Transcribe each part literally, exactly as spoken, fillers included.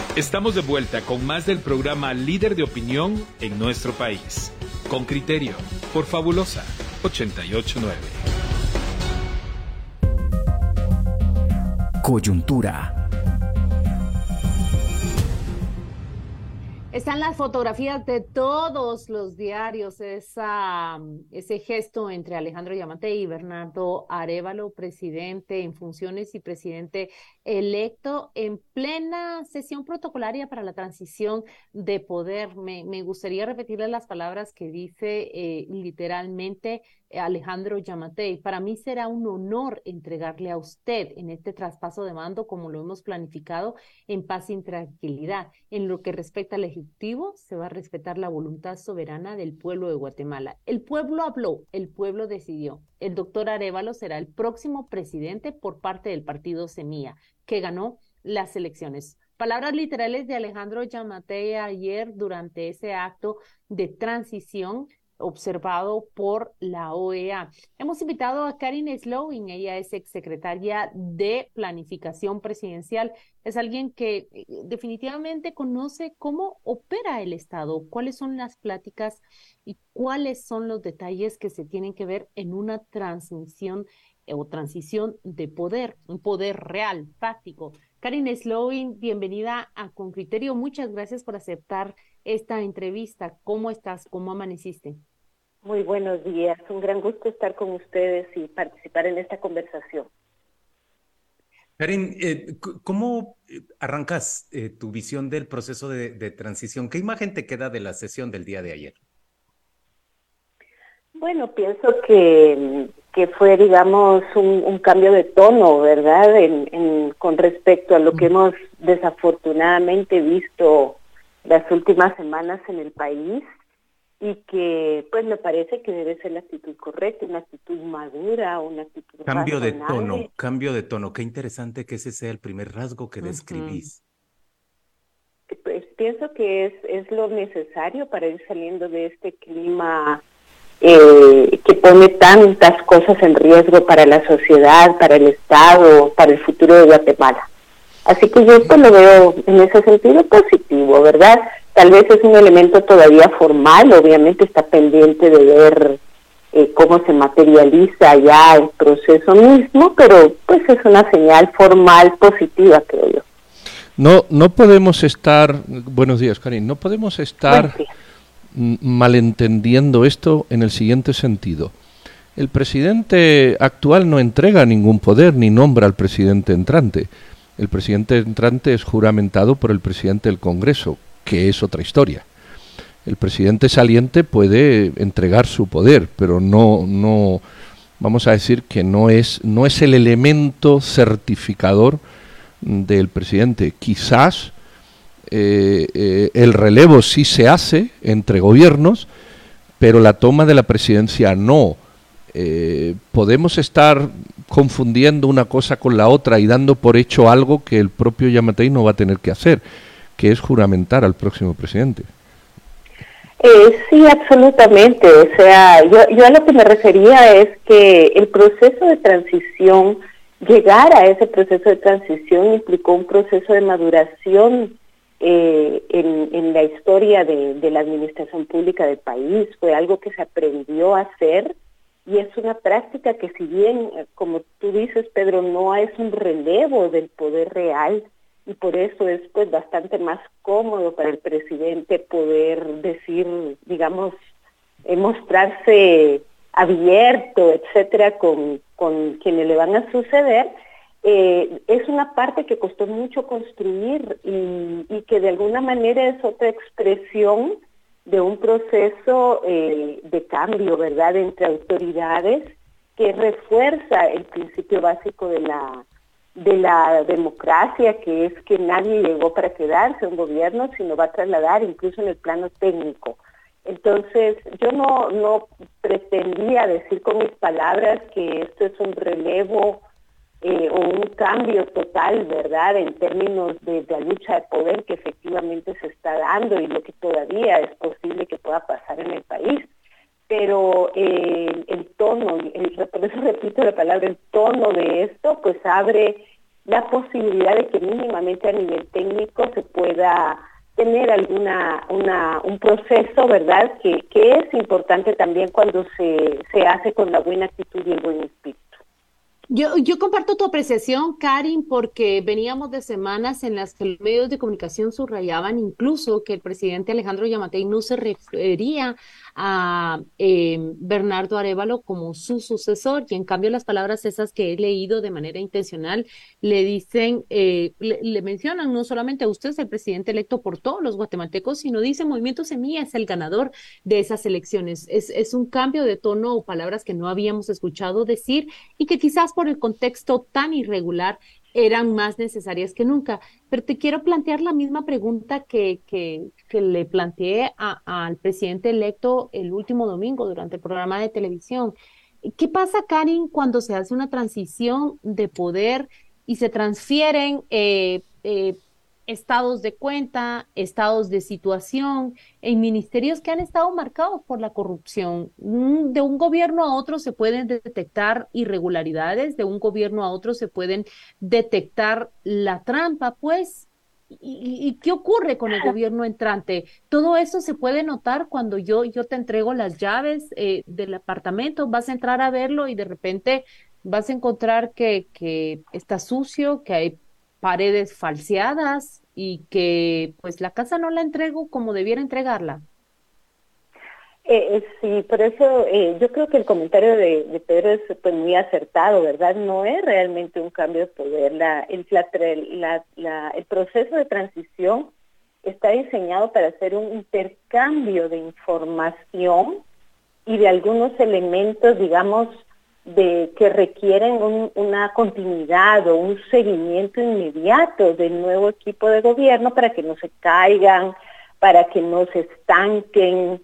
Estamos de vuelta con más del programa Líder de Opinión en nuestro país. Con criterio, por Fabulosa ochenta y ocho punto nueve. Coyuntura. Están las fotografías de todos los diarios, esa, ese gesto entre Alejandro Yamatei y Bernardo Arévalo, presidente en funciones y presidente electo, en plena sesión protocolaria para la transición de poder. Me, me gustaría repetirles las palabras que dice eh, literalmente Alejandro Yamatei. Para mí será un honor entregarle a usted en este traspaso de mando, como lo hemos planificado, en paz y tranquilidad. En lo que respecta al Ejecutivo, se va a respetar la voluntad soberana del pueblo de Guatemala. El pueblo habló, el pueblo decidió. El doctor Arévalo será el próximo presidente por parte del partido Semilla, que ganó las elecciones. Palabras literales de Alejandro Yamatei ayer durante ese acto de transición observado por la O E A. Hemos invitado a Karin Slowin, ella es exsecretaria de Planificación Presidencial, es alguien que eh, definitivamente conoce cómo opera el Estado, cuáles son las pláticas y cuáles son los detalles que se tienen que ver en una transmisión eh, o transición de poder, un poder real, práctico. Karin Slowin, bienvenida a Con Criterio, muchas gracias por aceptar esta entrevista. ¿Cómo estás? ¿Cómo amaneciste? Muy buenos días, un gran gusto estar con ustedes y participar en esta conversación. Karin, eh, ¿cómo arrancas eh, tu visión del proceso de, de transición? ¿Qué imagen te queda de la sesión del día de ayer? Bueno, pienso que, que fue, digamos, un, un cambio de tono, ¿verdad?, en, en, con respecto a lo que hemos desafortunadamente visto las últimas semanas en el país, y que pues me parece que debe ser la actitud correcta, una actitud madura, una actitud Cambio de razonable. tono, cambio de tono. Qué interesante que ese sea el primer rasgo que uh-huh. describís. Pues pienso que es, es lo necesario para ir saliendo de este clima eh, que pone tantas cosas en riesgo para la sociedad, para el Estado, para el futuro de Guatemala. Así que yo pues lo veo en ese sentido positivo, ¿verdad? Tal vez es un elemento todavía formal, obviamente está pendiente de ver eh, cómo se materializa ya el proceso mismo, pero pues es una señal formal positiva, creo yo. No, no podemos estar, buenos días, Karin, no podemos estar malentendiendo esto en el siguiente sentido. El presidente actual no entrega ningún poder ni nombra al presidente entrante. El presidente entrante es juramentado por el presidente del Congreso, que es otra historia. El presidente saliente puede entregar su poder, pero no, no, vamos a decir que no es, no es el elemento certificador del presidente. Quizás eh, eh, el relevo sí se hace entre gobiernos, pero la toma de la presidencia no. Eh, podemos estar confundiendo una cosa con la otra y dando por hecho algo que el propio Yamatei no va a tener que hacer, que es juramentar al próximo presidente. Eh, sí, absolutamente. O sea, yo, yo a lo que me refería es que el proceso de transición, llegar a ese proceso de transición implicó un proceso de maduración eh, en, en la historia de, de la administración pública del país. Fue algo que se aprendió a hacer. Y es una práctica que, si bien, como tú dices, Pedro, no es un relevo del poder real, y por eso es pues bastante más cómodo para el presidente poder decir, digamos, eh, mostrarse abierto, etcétera, con, con quienes le van a suceder. Eh, es una parte que costó mucho construir y, y que de alguna manera es otra expresión de un proceso eh, de cambio, ¿verdad?, entre autoridades, que refuerza el principio básico de la de la democracia, que es que nadie llegó para quedarse un gobierno, sino va a trasladar incluso en el plano técnico. Entonces, yo no, no pretendía decir con mis palabras que esto es un relevo eh, o un cambio total, ¿verdad?, en términos de, de la lucha de poder que efectivamente se está dando y lo que todavía es posible que pueda pasar en el país. Pero eh, el tono, el, por eso repito la palabra, el tono de esto, pues abre la posibilidad de que mínimamente a nivel técnico se pueda tener alguna una, un proceso, ¿verdad?, que, que es importante también cuando se, se hace con la buena actitud y el buen espíritu. Yo, yo comparto tu apreciación, Karin, porque veníamos de semanas en las que los medios de comunicación subrayaban incluso que el presidente Alejandro Yamatei no se refería a eh, Bernardo Arévalo como su sucesor, y en cambio las palabras esas que he leído de manera intencional le dicen, eh, le, le mencionan no solamente a usted es el presidente electo por todos los guatemaltecos, sino dice Movimiento Semilla es el ganador de esas elecciones. Es, es un cambio de tono o palabras que no habíamos escuchado decir y que quizás por el contexto tan irregular eran más necesarias que nunca. Pero te quiero plantear la misma pregunta que, que, que le planteé a, al presidente electo el último domingo durante el programa de televisión. ¿Qué pasa, Karin, cuando se hace una transición de poder y se transfieren eh, eh, estados de cuenta, estados de situación en ministerios que han estado marcados por la corrupción? De un gobierno a otro se pueden detectar irregularidades, de un gobierno a otro se pueden detectar la trampa, pues. ¿Y, y qué ocurre con el gobierno entrante? Todo eso se puede notar cuando yo, yo te entrego las llaves eh, del apartamento, vas a entrar a verlo y de repente vas a encontrar que, que está sucio, que hay paredes falseadas y que pues la casa no la entrego como debiera entregarla. Eh, eh, sí, por eso eh, yo creo que el comentario de, de Pedro es pues, muy acertado, ¿verdad? No es realmente un cambio de poder. La, el, la, la, el proceso de transición está diseñado para hacer un intercambio de información y de algunos elementos, digamos, de que requieren un, una continuidad o un seguimiento inmediato del nuevo equipo de gobierno para que no se caigan, para que no se estanquen,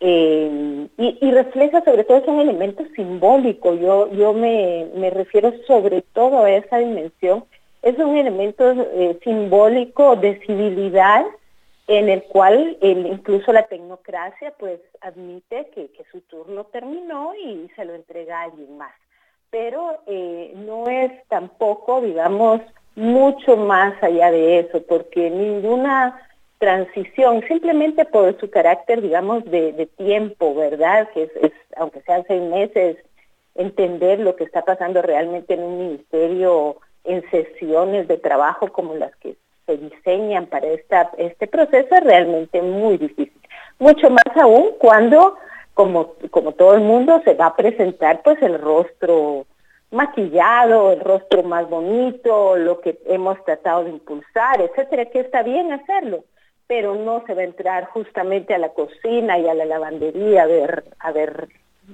eh, y, y refleja sobre todo, es un elemento simbólico. Yo, yo me, me refiero sobre todo a esa dimensión. Es un elemento eh, simbólico de civilidad en el cual el, incluso la tecnocracia pues admite que, que su turno terminó y se lo entrega a alguien más. Pero eh, no es tampoco, digamos, mucho más allá de eso, porque ninguna transición, simplemente por su carácter, digamos, de, de tiempo, ¿verdad? Que es, es, aunque sean seis meses, entender lo que está pasando realmente en un ministerio en sesiones de trabajo como las que se diseñan para esta, este proceso es realmente muy difícil. Mucho más aún cuando, como, como todo el mundo, se va a presentar pues el rostro maquillado, el rostro más bonito, lo que hemos tratado de impulsar, etcétera, que está bien hacerlo, pero no se va a entrar justamente a la cocina y a la lavandería a ver, a ver,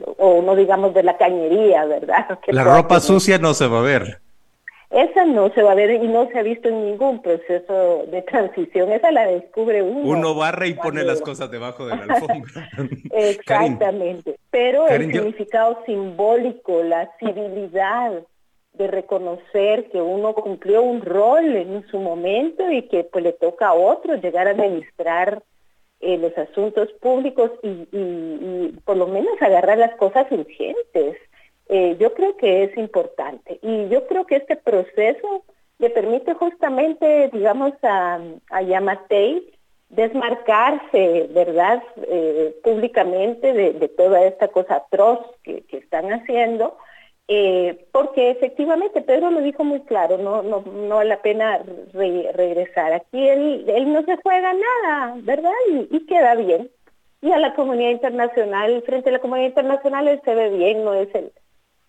o no digamos de la cañería, ¿verdad? La ropa sucia no se va a ver. Esa no se va a ver y no se ha visto en ningún proceso de transición, esa la descubre uno. Uno barre y pone las cosas debajo de la alfombra. Exactamente, Karin, pero Karin, el yo... significado simbólico, la civilidad de reconocer que uno cumplió un rol en su momento y que pues le toca a otro llegar a administrar eh, los asuntos públicos y, y, y por lo menos agarrar las cosas urgentes. Eh, yo creo que es importante y yo creo que este proceso le permite justamente, digamos, a, a Yamatei desmarcarse, ¿verdad?, eh, públicamente de, de toda esta cosa atroz que, que están haciendo, eh, porque efectivamente Pedro lo dijo muy claro, no no no vale la pena re, regresar. Aquí él, él no se juega nada, ¿verdad?, y, y queda bien. Y a la comunidad internacional, frente a la comunidad internacional él se ve bien, no es el...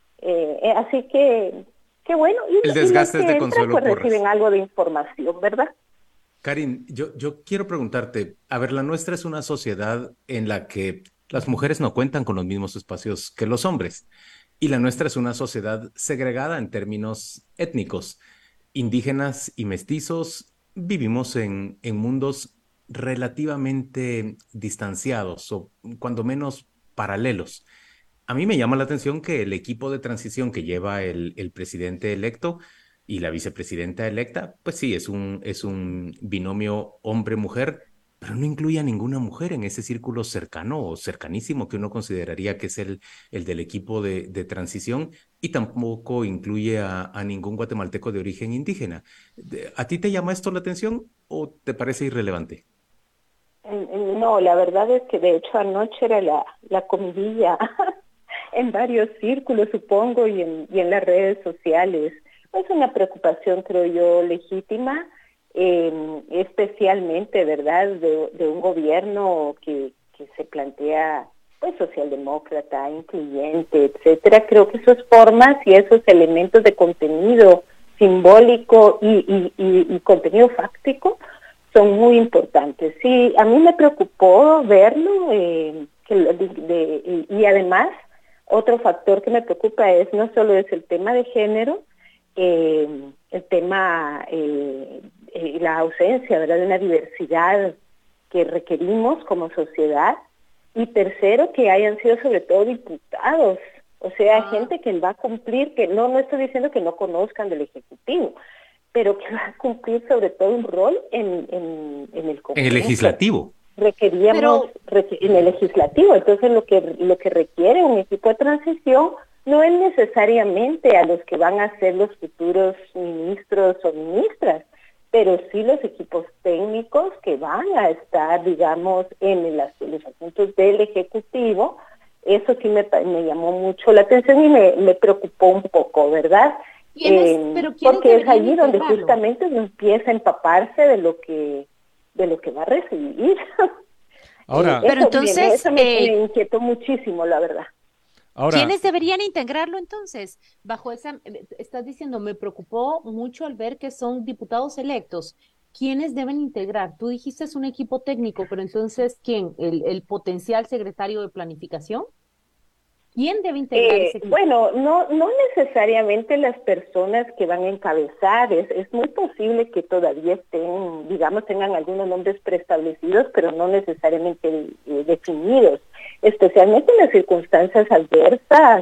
Eh, así que, qué bueno. Y, el desgaste y es de entran, Consuelo pues, Porras. reciben algo de información, ¿verdad? Karin, yo, yo quiero preguntarte, a ver, la nuestra es una sociedad en la que las mujeres no cuentan con los mismos espacios que los hombres, y la nuestra es una sociedad segregada en términos étnicos. Indígenas y mestizos vivimos en, en mundos relativamente distanciados, o cuando menos paralelos. A mí me llama la atención que el equipo de transición que lleva el, el presidente electo y la vicepresidenta electa, pues sí, es un, es un binomio hombre-mujer pero no incluye a ninguna mujer en ese círculo cercano o cercanísimo que uno consideraría que es el, el del equipo de, de transición, y tampoco incluye a, a ningún guatemalteco de origen indígena. ¿A ti te llama esto la atención o te parece irrelevante? No, la verdad es que de hecho anoche era la, la comidilla en varios círculos, supongo, y en, y en las redes sociales. Es una preocupación, creo yo, legítima, eh, especialmente, ¿verdad?, de, de un gobierno que, que se plantea, pues, socialdemócrata, incluyente, etcétera. Creo que sus formas y esos elementos de contenido simbólico y, y, y, y contenido fáctico son muy importantes. Sí, a mí me preocupó verlo, eh, que de, de, y además otro factor que me preocupa es no solo es el tema de género, eh, el tema, eh, eh, la ausencia, ¿verdad?, de una diversidad que requerimos como sociedad, y tercero, que hayan sido sobre todo diputados, o sea, ah. gente que va a cumplir, que no, no estoy diciendo que no conozcan del Ejecutivo, pero que va a cumplir sobre todo un rol en, en, en el Congreso. En el legislativo. Requeríamos pero... en el legislativo, entonces lo que lo que requiere un equipo de transición no es necesariamente a los que van a ser los futuros ministros o ministras, pero sí los equipos técnicos que van a estar, digamos, en el, los asuntos del Ejecutivo. Eso sí me, me llamó mucho la atención y me, me preocupó un poco, ¿verdad? Eh, pero porque es allí donde justamente uno empieza a empaparse de lo que de lo que va a recibir. Ahora, eh, pero entonces viene, eso me, eh, me inquietó muchísimo, la verdad. Ahora, ¿quiénes deberían integrarlo entonces? Bajo esa, estás diciendo, me preocupó mucho al ver que son diputados electos. ¿Quiénes deben integrar? Tú dijiste es un equipo técnico, pero entonces, ¿quién? ¿El, el potencial secretario de planificación? ¿Quién debe integrar eh, ese equipo? Bueno, no no necesariamente las personas que van a encabezar, es, es muy posible que todavía estén, digamos, tengan algunos nombres preestablecidos, pero no necesariamente eh, definidos, especialmente en las circunstancias adversas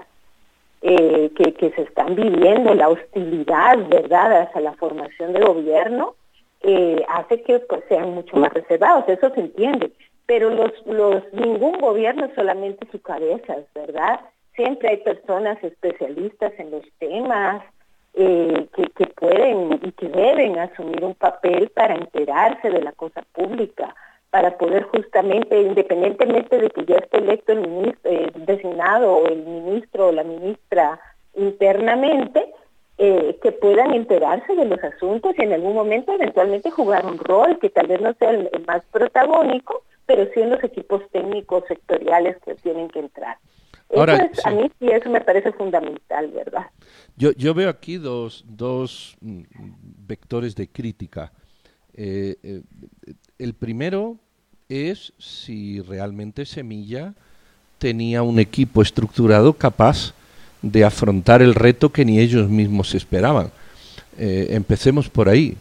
eh, que, que se están viviendo, la hostilidad, ¿verdad?, hacia la formación de gobierno, eh, hace que pues sean mucho más reservados, eso se entiende. Pero los, los, ningún gobierno es solamente su cabeza, ¿verdad? Siempre hay personas especialistas en los temas eh, que, que pueden y que deben asumir un papel para enterarse de la cosa pública, para poder justamente, independientemente de que ya esté electo el ministro, eh, designado o el ministro o la ministra internamente, eh, que puedan enterarse de los asuntos y en algún momento eventualmente jugar un rol que tal vez no sea el, el más protagónico, pero sí en los equipos técnicos sectoriales que tienen que entrar. Ahora, eso es, sí. A mí sí eso me parece fundamental, ¿verdad? Yo, yo veo aquí dos, dos mm, vectores de crítica. Eh, eh, el primero es si realmente Semilla tenía un equipo estructurado capaz de afrontar el reto que ni ellos mismos esperaban. Eh, empecemos por ahí.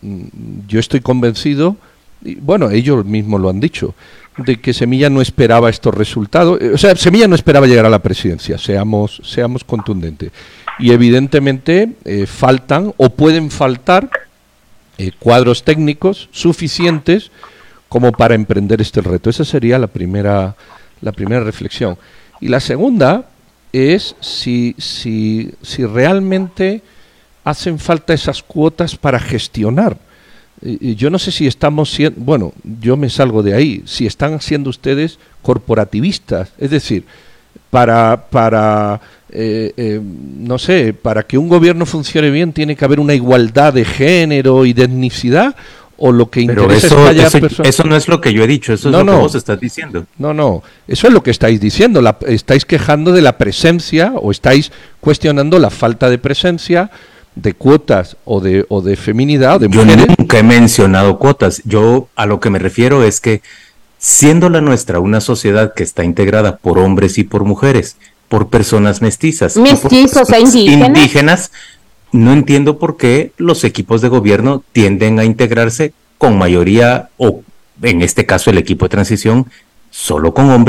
Yo estoy convencido, y bueno, ellos mismos lo han dicho, de que Semilla no esperaba estos resultados. O sea, Semilla no esperaba llegar a la presidencia, seamos, seamos contundentes. Y evidentemente eh, faltan o pueden faltar eh, cuadros técnicos suficientes como para emprender este reto. Esa sería la primera, la primera reflexión. Y la segunda es si, si, si realmente hacen falta esas cuotas para gestionar. Y yo no sé si estamos siendo, bueno, yo me salgo de ahí, si están siendo ustedes corporativistas, es decir, para, para eh, eh, no sé, para que un gobierno funcione bien tiene que haber una igualdad de género y de etnicidad, o lo que Pero interesa eso, es callar eso, personas. eso no es lo que yo he dicho, eso es No, lo no. que vos estás diciendo. No, no, eso es lo que estáis diciendo, la, estáis quejando de la presencia o estáis cuestionando la falta de presencia de cuotas o de o de feminidad o de Yo mujeres. nunca he mencionado cuotas. Yo a lo que me refiero es que siendo la nuestra una sociedad que está integrada por hombres y por mujeres, por personas mestizas, Mestizos e indígenas. indígenas, no entiendo por qué los equipos de gobierno tienden a integrarse con mayoría, o en este caso el equipo de transición, solo con hombres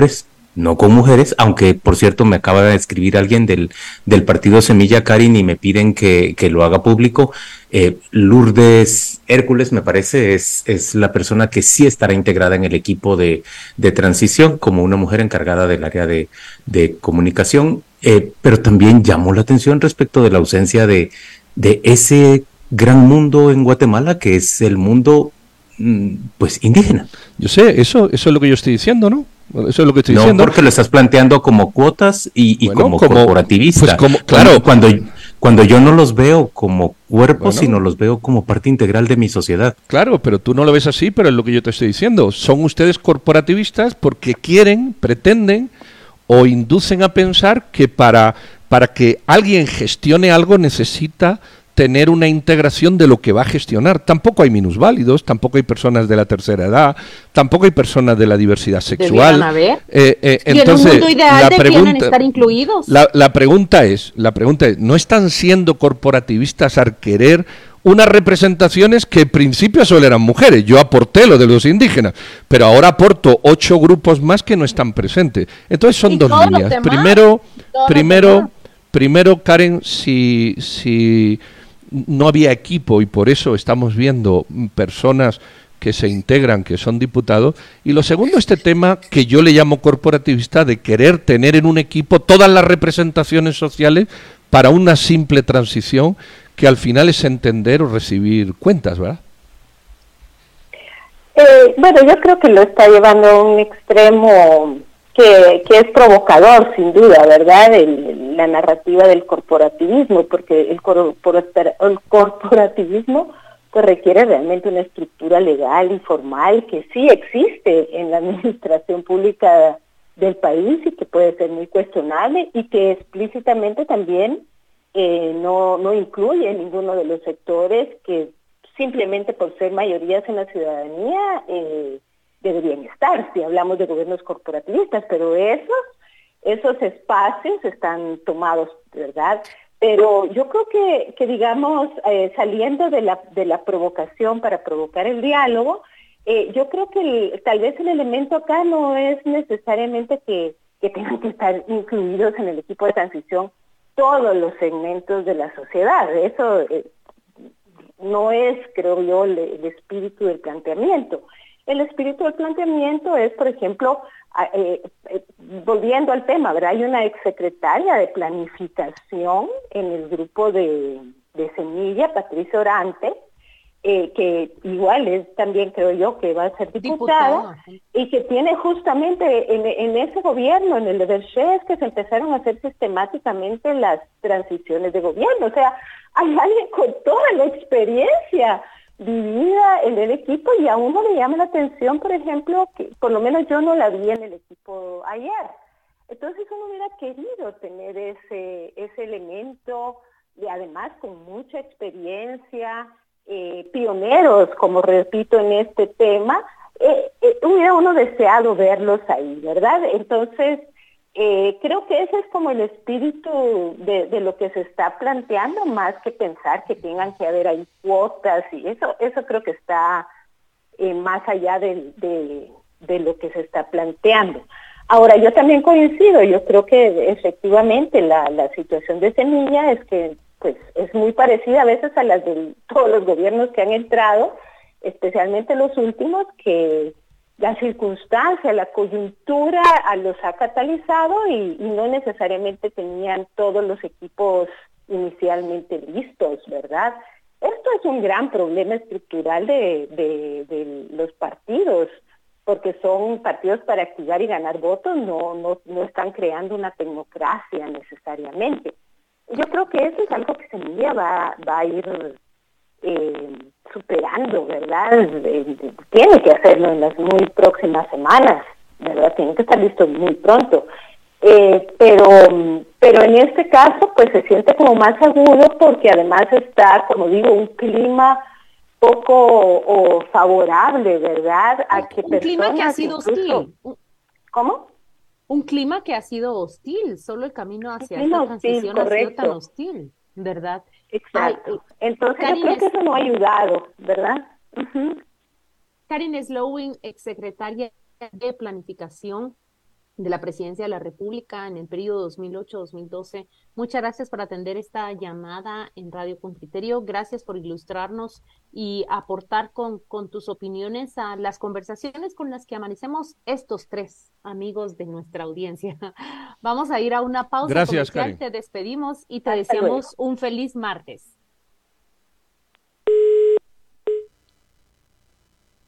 no con mujeres, aunque por cierto me acaba de escribir alguien del, del partido Semilla, Karin, y me piden que, que lo haga público. Eh, Lourdes Hércules, me parece, es, es la persona que sí estará integrada en el equipo de, de transición como una mujer encargada del área de, de comunicación, eh, pero también llamó la atención respecto de la ausencia de, de ese gran mundo en Guatemala, que es el mundo mm, pues indígena. Yo sé, eso, eso es lo que yo estoy diciendo, ¿no? Eso es lo que estoy no, diciendo. No, porque lo estás planteando como cuotas y, y bueno, como, como corporativista. Pues como, claro. Cuando, cuando yo no los veo como cuerpos, bueno, sino los veo como parte integral de mi sociedad. Claro, pero tú no lo ves así, pero es lo que yo te estoy diciendo. Son ustedes corporativistas porque quieren, pretenden o inducen a pensar que para, para que alguien gestione algo necesita tener una integración de lo que va a gestionar. Tampoco hay minusválidos, tampoco hay personas de la tercera edad, tampoco hay personas de la diversidad sexual. Haber. Eh, eh, entonces, y en un mundo ideal la pregunta, estar incluidos. La, la pregunta es, la pregunta es, ¿no están siendo corporativistas al querer unas representaciones que en principio solo eran mujeres? Yo aporté lo de los indígenas, pero ahora aporto ocho grupos más que no están presentes. Entonces son dos líneas. Primero, primero, primero, Karen, si, si no había equipo y por eso estamos viendo personas que se integran, que son diputados. Y lo segundo, este tema que yo le llamo corporativista, de querer tener en un equipo todas las representaciones sociales para una simple transición, que al final es entender o recibir cuentas, ¿verdad? Eh, bueno, yo creo que lo está llevando a un extremo que, que es provocador, sin duda, ¿verdad? El, la narrativa del corporativismo, porque el, corpora, el corporativismo pues requiere realmente una estructura legal y formal que sí existe en la administración pública del país y que puede ser muy cuestionable y que explícitamente también eh, no, no incluye ninguno de los sectores que simplemente por ser mayorías en la ciudadanía eh, deberían estar, si hablamos de gobiernos corporativistas, pero esos, esos espacios están tomados, ¿verdad? Pero yo creo que, que digamos, eh, saliendo de la, de la provocación para provocar el diálogo, eh, yo creo que el, tal vez el elemento acá no es necesariamente que, que tengan que estar incluidos en el equipo de transición todos los segmentos de la sociedad. Eso eh, no es, creo yo, el, el espíritu del planteamiento. El espíritu del planteamiento es, por ejemplo, eh, eh, volviendo al tema, ¿verdad? Hay una exsecretaria de planificación en el grupo de, de Semilla, Patricia Orante, eh, que igual es también, creo yo, que va a ser diputada, diputada. Y que tiene justamente en, en ese gobierno, en el de Berchés, que se empezaron a hacer sistemáticamente las transiciones de gobierno. O sea, hay alguien con toda la experiencia vivida en el equipo y a uno le llama la atención, por ejemplo, que por lo menos yo no la vi en el equipo ayer. Entonces uno hubiera querido tener ese, ese elemento de además con mucha experiencia, eh, pioneros, como repito, en este tema, eh, eh, hubiera uno deseado verlos ahí, ¿verdad? Entonces, Eh, creo que ese es como el espíritu de, de lo que se está planteando, más que pensar que tengan que haber ahí cuotas, y eso eso creo que está eh, más allá de, de, de lo que se está planteando. Ahora, yo también coincido, yo creo que efectivamente la, la situación de Semilla es que pues es muy parecida a veces a las de todos los gobiernos que han entrado, especialmente los últimos, que la circunstancia, la coyuntura los ha catalizado y, y no necesariamente tenían todos los equipos inicialmente listos, ¿verdad? Esto es un gran problema estructural de, de, de los partidos, porque son partidos para activar y ganar votos, no, no, no están creando una tecnocracia necesariamente. Yo creo que eso es algo que Semilla va, va a ir Eh, superando, ¿verdad? Eh, tiene que hacerlo en las muy próximas semanas, ¿verdad? Tiene que estar listo muy pronto. Eh, pero, pero en este caso, pues se siente como más agudo porque además está, como digo, un clima poco o favorable, ¿verdad? A que un clima que ha sido incluso... hostil. ¿Cómo? Un clima que ha sido hostil. Solo el camino hacia esta transición ha sido tan hostil, ¿verdad? Exacto. Ay, Entonces Karin yo creo que eso no ha ayudado, ¿verdad? Uh-huh. Karin Slowin, exsecretaria de Planificación de la Presidencia de la República en el periodo dos mil ocho a dos mil doce. Muchas gracias por atender esta llamada en Radio Con Criterio. Gracias por ilustrarnos y aportar con, con tus opiniones a las conversaciones con las que amanecemos estos tres amigos de nuestra audiencia. Vamos a ir a una pausa Gracias, comercial, Karen. te despedimos y te Hasta deseamos luego. un feliz martes.